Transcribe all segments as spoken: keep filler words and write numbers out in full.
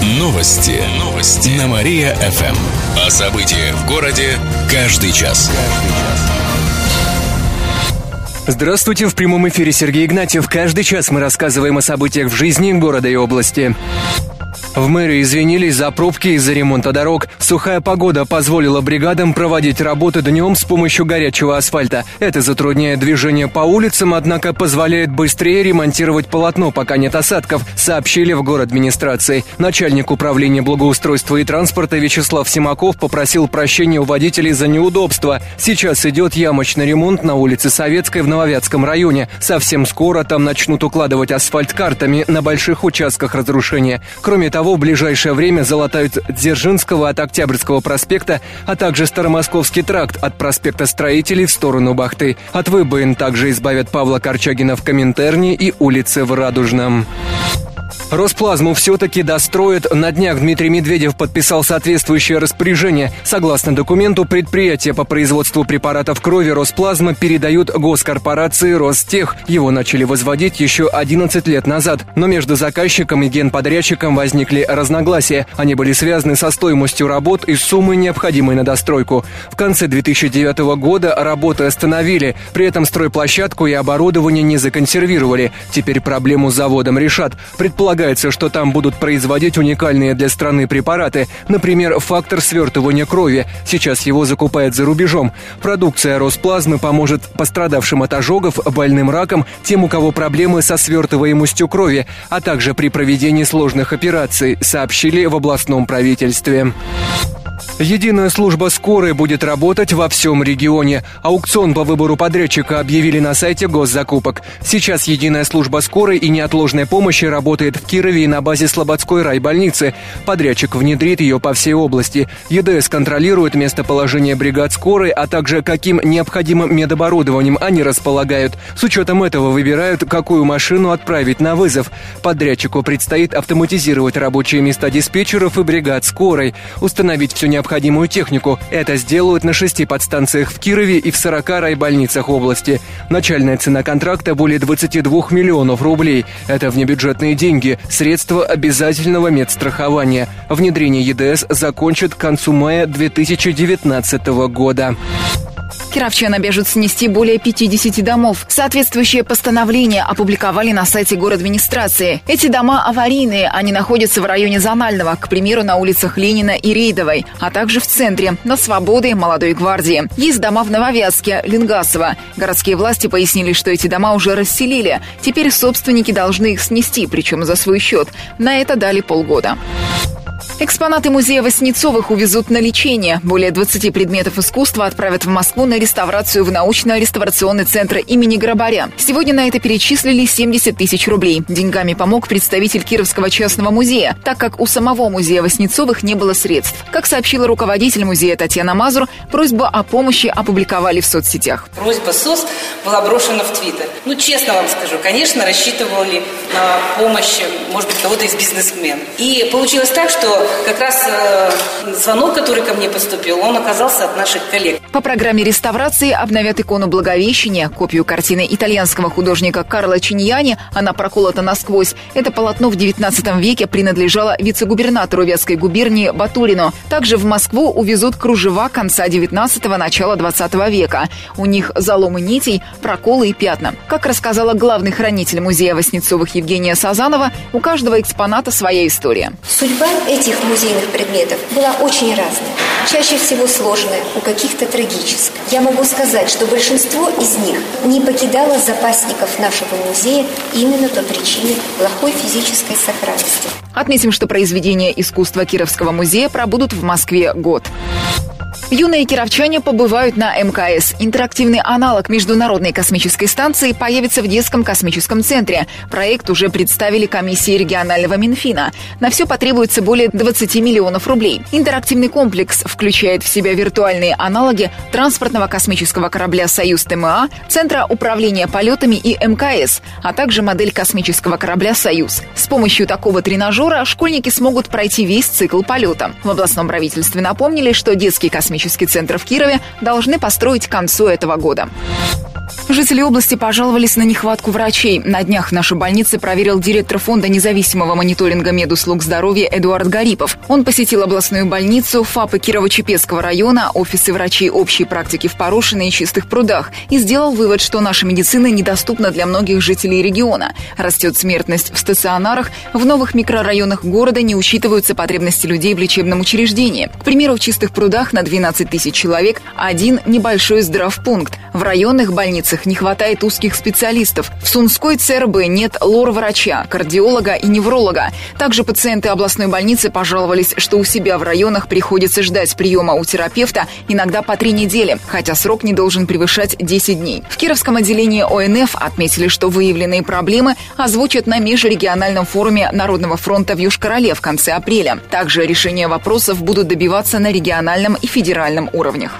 Новости. Новости. На Мария-ФМ. О событиях в городе каждый час. Здравствуйте, в прямом эфире Сергей Игнатьев. Каждый час мы рассказываем о событиях в жизни города и области. В мэрии извинились за пробки из-за ремонта дорог. Сухая погода позволила бригадам проводить работы днем с помощью горячего асфальта. Это затрудняет движение по улицам, однако позволяет быстрее ремонтировать полотно, пока нет осадков, сообщили в горадминистрации. Начальник управления благоустройства и транспорта Вячеслав Симаков попросил прощения у водителей за неудобства. Сейчас идет ямочный ремонт на улице Советской в Нововятском районе. Совсем скоро там начнут укладывать асфальт картами на больших участках разрушения. Кроме того, в ближайшее время залатают Дзержинского от Октябрьского проспекта, а также Старомосковский тракт от проспекта Строителей в сторону Бахты. От выбоин также избавят Павла Корчагина в Коминтерне и улицы в Радужном. Росплазму все-таки достроят. На днях Дмитрий Медведев подписал соответствующее распоряжение. Согласно документу, предприятие по производству препаратов крови Росплазма передают госкорпорации Ростех. Его начали возводить еще одиннадцать лет назад. Но между заказчиком и генподрядчиком возникли разногласия. Они были связаны со стоимостью работ и суммой, необходимой на достройку. В конце две тысячи девятого года работы остановили. При этом стройплощадку и оборудование не законсервировали. Теперь проблему с заводом решат. Предполагается, что там будут производить уникальные для страны препараты, например, фактор свертывания крови. Сейчас его закупают за рубежом. Продукция Росплазмы поможет пострадавшим от ожогов, больным раком, тем, у кого проблемы со свертываемостью крови, а также при проведении сложных операций, сообщили в областном правительстве. Единая служба скорой будет работать во всем регионе. Аукцион по выбору подрядчика объявили на сайте госзакупок. Сейчас единая служба скорой и неотложной помощи работает в Кирове и на базе Слободской райбольницы. Подрядчик внедрит ее по всей области. ЕДС контролирует местоположение бригад скорой, а также каким необходимым медоборудованием они располагают. С учетом этого выбирают, какую машину отправить на вызов. Подрядчику предстоит автоматизировать рабочие места диспетчеров и бригад скорой, установить всю необходимую технику. Это сделают на шести подстанциях в Кирове и в сорока райбольницах области. Начальная цена контракта более двадцати двух миллионов рублей. Это внебюджетные деньги, средства обязательного медстрахования. Внедрение ЕДС закончат к концу мая две тысячи девятнадцатого года. Кировчан обяжут снести более пятидесяти домов. Соответствующее постановление опубликовали на сайте горадминистрации. Эти дома аварийные, они находятся в районе Зонального, к примеру, на улицах Ленина и Рейдовой, а также в центре, на Свободы, Молодой гвардии. Есть дома в Нововятске, Ленгасово. Городские власти пояснили, что эти дома уже расселили. Теперь собственники должны их снести, причем за свой счет. На это дали полгода. Экспонаты музея Васнецовых увезут на лечение. Более двадцати предметов искусства отправят в Москву на реставрацию в научно-реставрационный центр имени Грабаря. Сегодня на это перечислили семьдесят тысяч рублей. Деньгами помог представитель Кировского частного музея, так как у самого музея Васнецовых не было средств. Как сообщила руководитель музея Татьяна Мазур, просьбу о помощи опубликовали в соцсетях. Просьба СОС была брошена в Твиттер. Ну, честно вам скажу, конечно, рассчитывали на помощь, может быть, кого-то из бизнесменов. И получилось так, что как раз э, звонок, который ко мне поступил, он оказался от наших коллег. По программе реставрации обновят икону Благовещения, копию картины итальянского художника Карло Чиньяни, она проколота насквозь. Это полотно в девятнадцатом веке принадлежало вице-губернатору Вятской губернии Батурину. Также в Москву увезут кружева конца девятнадцатого – начала двадцатого века. У них заломы нитей, проколы и пятна. Как рассказала главный хранитель музея Васнецовых Евгения Сазанова, у каждого экспоната своя история. Судьба этих музейных предметов была очень разная. Чаще всего сложная, у каких-то трагическая. Я могу сказать, что большинство из них не покидало запасников нашего музея именно по причине плохой физической сохранности. Отметим, что произведения искусства Кировского музея пробудут в Москве год. Юные кировчане побывают на эм ка эс. Интерактивный аналог Международной космической станции появится в детском космическом центре. Проект уже представили комиссии регионального Минфина. На все потребуется более двадцати миллионов рублей. Интерактивный комплекс включает в себя виртуальные аналоги транспортного космического корабля «Союз Тэ Эм А», Центра управления полетами и эм ка эс, а также модель космического корабля «Союз». С помощью такого тренажера школьники смогут пройти весь цикл полета. В областном правительстве напомнили, что детский космический академический центр в Кирове должны построить к концу этого года. Жители области пожаловались на нехватку врачей. На днях в нашей больнице проверил директор фонда независимого мониторинга медуслуг здоровья Эдуард Гарипов. Он посетил областную больницу, ФАПы Кирово-Чепецкого района, офисы врачей общей практики в Порошино и Чистых прудах и сделал вывод, что наша медицина недоступна для многих жителей региона. Растет смертность в стационарах, в новых микрорайонах города не учитываются потребности людей в лечебном учреждении. К примеру, в Чистых прудах на двенадцать тысяч человек один небольшой здравпункт. В районных больницах не хватает узких специалистов. В Сунской ЦРБ нет лор-врача, кардиолога и невролога. Также пациенты областной больницы пожаловались, что у себя в районах приходится ждать приема у терапевта иногда по три недели, хотя срок не должен превышать десять дней. В Кировском отделении О Н Ф отметили, что выявленные проблемы озвучат на межрегиональном форуме Народного фронта в Йошкар-Оле в конце апреля. Также решения вопросов будут добиваться на региональном и федеральном уровнях.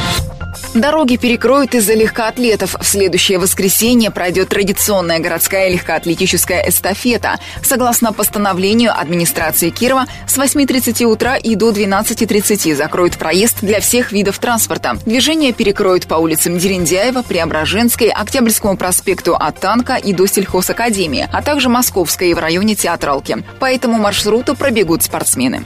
Дороги перекроют из-за легкоатлетов. В следующее воскресенье пройдет традиционная городская легкоатлетическая эстафета. Согласно постановлению администрации Кирова, с восьми тридцати утра и до двенадцати тридцати закроют проезд для всех видов транспорта. Движение перекроют по улицам Дерендяева, Преображенской, Октябрьскому проспекту от Танка и до сельхозакадемии, а также Московской и в районе Театралки. По этому маршруту пробегут спортсмены.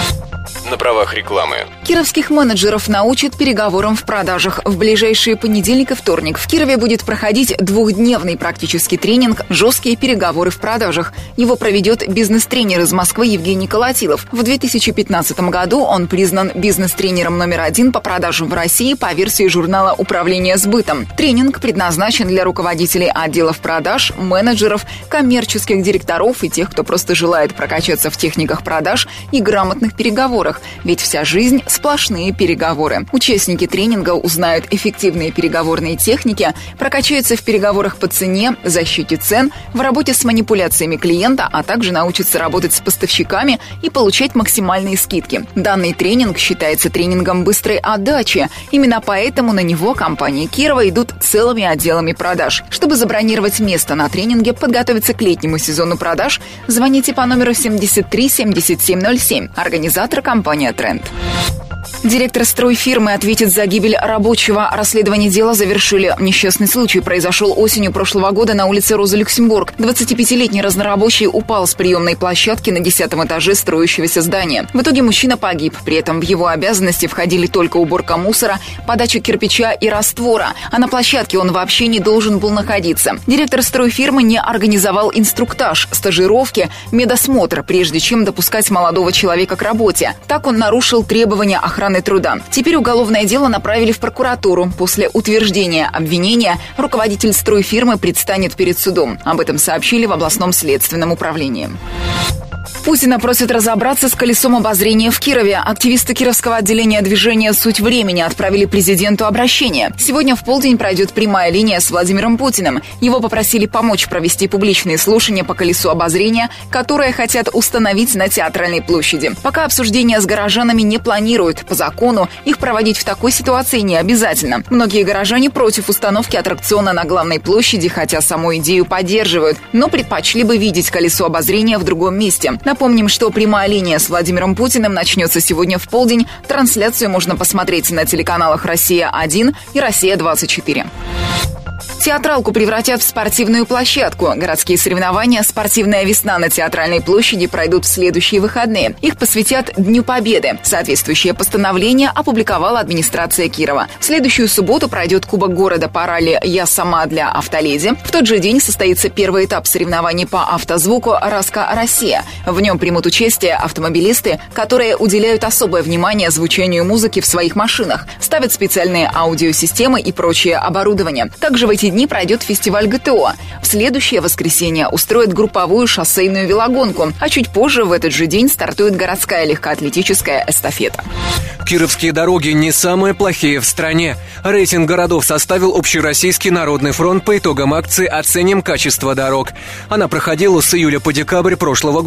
На правах рекламы. Кировских менеджеров научат переговорам в продажах. В ближайшие понедельник и вторник в Кирове будет проходить двухдневный практический тренинг «Жесткие переговоры в продажах». Его проведет бизнес-тренер из Москвы Евгений Колотилов. В две тысячи пятнадцатом году он признан бизнес-тренером номер один по продажам в России по версии журнала «Управление сбытом». Тренинг предназначен для руководителей отделов продаж, менеджеров, коммерческих директоров и тех, кто просто желает прокачаться в техниках продаж и грамотных переговорах. Ведь вся жизнь – сплошные переговоры. Участники тренинга узнают эффективные переговорные техники, прокачаются в переговорах по цене, защите цен, в работе с манипуляциями клиента, а также научатся работать с поставщиками и получать максимальные скидки. Данный тренинг считается тренингом быстрой отдачи. Именно поэтому на него компании Кирова идут целыми отделами продаж. Чтобы забронировать место на тренинге, подготовиться к летнему сезону продаж, звоните по номеру семьдесят три семьдесят семь ноль семь. Организатор компания «Тренд». Директор стройфирмы ответит за гибель рабочего. Расследование дела завершили. Несчастный случай произошел осенью прошлого года на улице Роза Люксембург. двадцатипятилетний разнорабочий упал с приемной площадки на десятом этаже строящегося здания. В итоге мужчина погиб. При этом в его обязанности входили только уборка мусора, подача кирпича и раствора. А на площадке он вообще не должен был находиться. Директор стройфирмы не организовал инструктаж, стажировки, медосмотр, прежде чем допускать молодого человека к работе. Так он нарушил требования охраны труда. Теперь уголовное дело направили в прокуратуру. После утверждения обвинения руководитель стройфирмы предстанет перед судом. Об этом сообщили в областном следственном управлении. Путина просят разобраться с колесом обозрения в Кирове. Активисты Кировского отделения движения «Суть времени» отправили президенту обращение. Сегодня в полдень пройдет прямая линия с Владимиром Путиным. Его попросили помочь провести публичные слушания по колесу обозрения, которые хотят установить на Театральной площади. Пока обсуждения с горожанами не планируют. По закону их проводить в такой ситуации не обязательно. Многие горожане против установки аттракциона на главной площади, хотя саму идею поддерживают, но предпочли бы видеть колесо обозрения в другом месте. Напомним, что прямая линия с Владимиром Путиным начнется сегодня в полдень. Трансляцию можно посмотреть на телеканалах «Россия один» и «Россия двадцать четыре». Театралку превратят в спортивную площадку. Городские соревнования «Спортивная весна» на Театральной площади пройдут в следующие выходные. Их посвятят Дню Победы. Соответствующее постановление опубликовала администрация Кирова. В следующую субботу пройдет Кубок города по ралли «Я сама для автоледи». В тот же день состоится первый этап соревнований по автозвуку «Раска Россия». В нем примут участие автомобилисты, которые уделяют особое внимание звучанию музыки в своих машинах, ставят специальные аудиосистемы и прочее оборудование. Также в эти дни пройдет фестиваль гэ тэ о. В следующее воскресенье устроят групповую шоссейную велогонку, а чуть позже в этот же день стартует городская легкоатлетическая эстафета. Кировские дороги не самые плохие в стране. Рейтинг городов составил Общероссийский народный фронт по итогам акции «Оценим качество дорог». Она проходила с июля по декабрь прошлого года.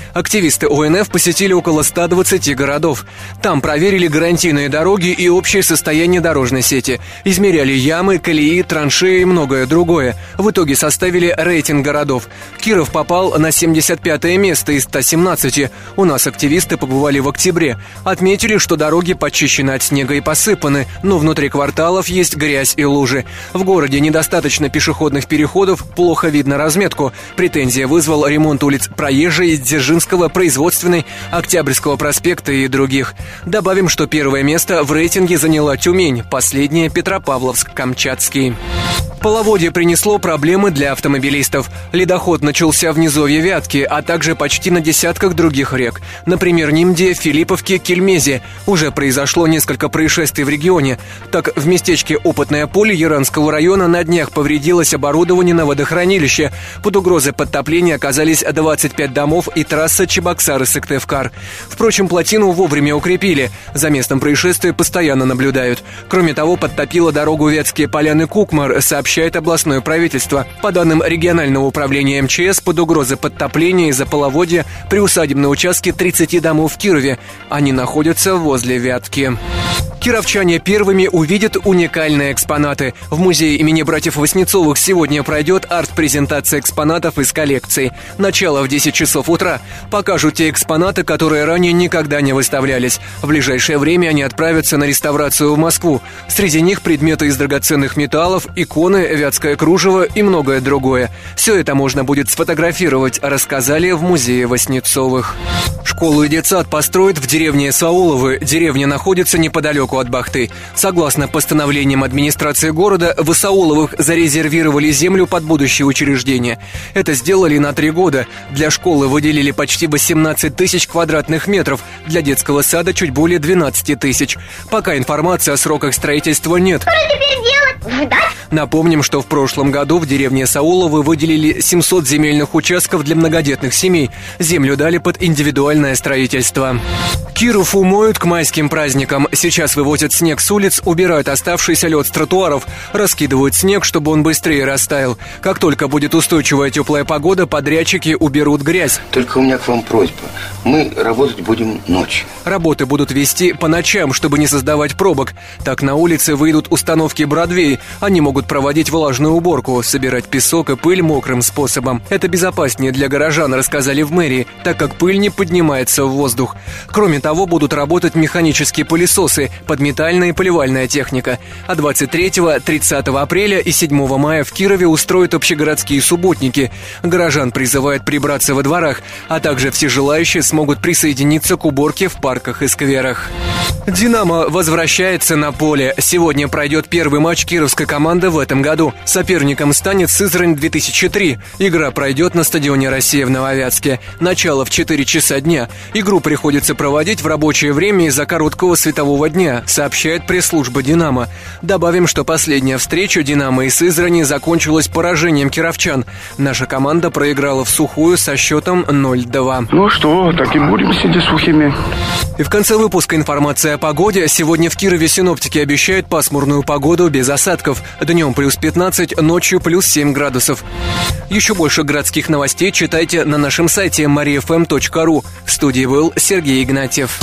Активисты О Эн Эф посетили около ста двадцати городов. Там проверили гарантийные дороги и общее состояние дорожной сети. Измеряли ямы, колеи, траншеи и многое другое. В итоге составили рейтинг городов. Киров попал на семьдесят пятое место из ста семнадцати. У нас активисты побывали в октябре. Отметили, что дороги почищены от снега и посыпаны, но внутри кварталов есть грязь и лужи. В городе недостаточно пешеходных переходов, плохо видно разметку. Претензия вызвал ремонт улиц Проезжей, Дзержинского, Производственной, Октябрьского проспекта и других. Добавим, что первое место в рейтинге заняла Тюмень, последнее Петропавловск-Камчатский. Половодье принесло проблемы для автомобилистов. Ледоход начался в низовье Вятки, а также почти на десятках других рек. Например, Нимде, Филипповке, Кельмезе. Уже произошло несколько происшествий в регионе. Так, в местечке Опытное поле Яранского района на днях повредилось оборудование на водохранилище. Под угрозой подтопления оказались двадцать пять домов и трасса Чебоксары-Сыктывкар. Впрочем, плотину вовремя укрепили. За местом происшествия постоянно наблюдают. Кроме того, подтопило дорогу Вятские Поляны-Кукмар, сообщает областное правительство. По данным регионального управления эм че эс, под угрозой подтопления из-за половодья приусадебные участки тридцати домов в Кирове. Они находятся возле Вятки. Кировчане первыми увидят уникальные экспонаты. В музее имени братьев Васнецовых сегодня пройдет арт-презентация экспонатов из коллекции. Начало в десять часов утра. Покажут те экспонаты, которые ранее никогда не выставлялись. В ближайшее время они отправятся на реставрацию в Москву. Среди них предметы из драгоценных металлов, иконы, вятское кружево и многое другое. Все это можно будет сфотографировать, рассказали в музее Васнецовых. Школу и детсад построят в деревне Сауловы. Деревня находится неподалеку от Бахты. Согласно постановлениям администрации города, в Исауловых зарезервировали землю под будущее учреждение. Это сделали на три года. Для школы выделили почти восемнадцать тысяч квадратных метров, для детского сада чуть более двенадцать тысяч. Пока информации о сроках строительства нет. Что теперь делать? Ждать? Напомним, что в прошлом году в деревне Сауловы выделили семьсот земельных участков для многодетных семей. Землю дали под индивидуальное строительство. Киров умоют к майским праздникам. Сейчас вывозят снег с улиц, убирают оставшийся лед с тротуаров, раскидывают снег, чтобы он быстрее растаял. Как только будет устойчивая теплая погода, подрядчики уберут грязь. Только у меня к вам просьба. Мы работать будем ночью. Работы будут вести по ночам, чтобы не создавать пробок. Так на улице выйдут установки Бродвей. Они могут проводить влажную уборку, собирать песок и пыль мокрым способом. Это безопаснее для горожан, рассказали в мэрии, так как пыль не поднимается в воздух. Кроме того, будут работать механические пылесосы, подметальная и поливальная техника. А двадцать третьего, тридцатого апреля и седьмого мая в Кирове устроят общегородские субботники. Горожан призывают прибраться во дворах, а также все желающие смогут присоединиться к уборке в парках и скверах. «Динамо» возвращается на поле. Сегодня пройдет первый матч кировской команды в этом году. Соперником станет Сызрань-две тысячи три. Игра пройдет на стадионе «Россия» в Нововятске. Начало в четыре часа дня. Игру приходится проводить в рабочее время из-за короткого светового дня, сообщает пресс-служба «Динамо». Добавим, что последняя встреча «Динамо» и Сызрани закончилась поражением кировчан. Наша команда проиграла в сухую со счетом ноль-два. Ну что, так и будем сидеть сухими. И в конце выпуска информация о погоде. Сегодня в Кирове синоптики обещают пасмурную погоду без осадков. Днем плюс пятнадцать, ночью плюс семь градусов. Еще больше городских новостей читайте на нашем сайте мария эф эм точка ру. В студии был Сергей Игнатьев.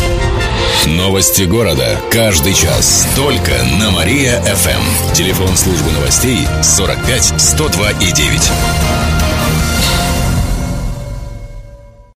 Новости города. Каждый час. Только на Мария-ФМ. Телефон службы новостей сорок пять сто два и девять.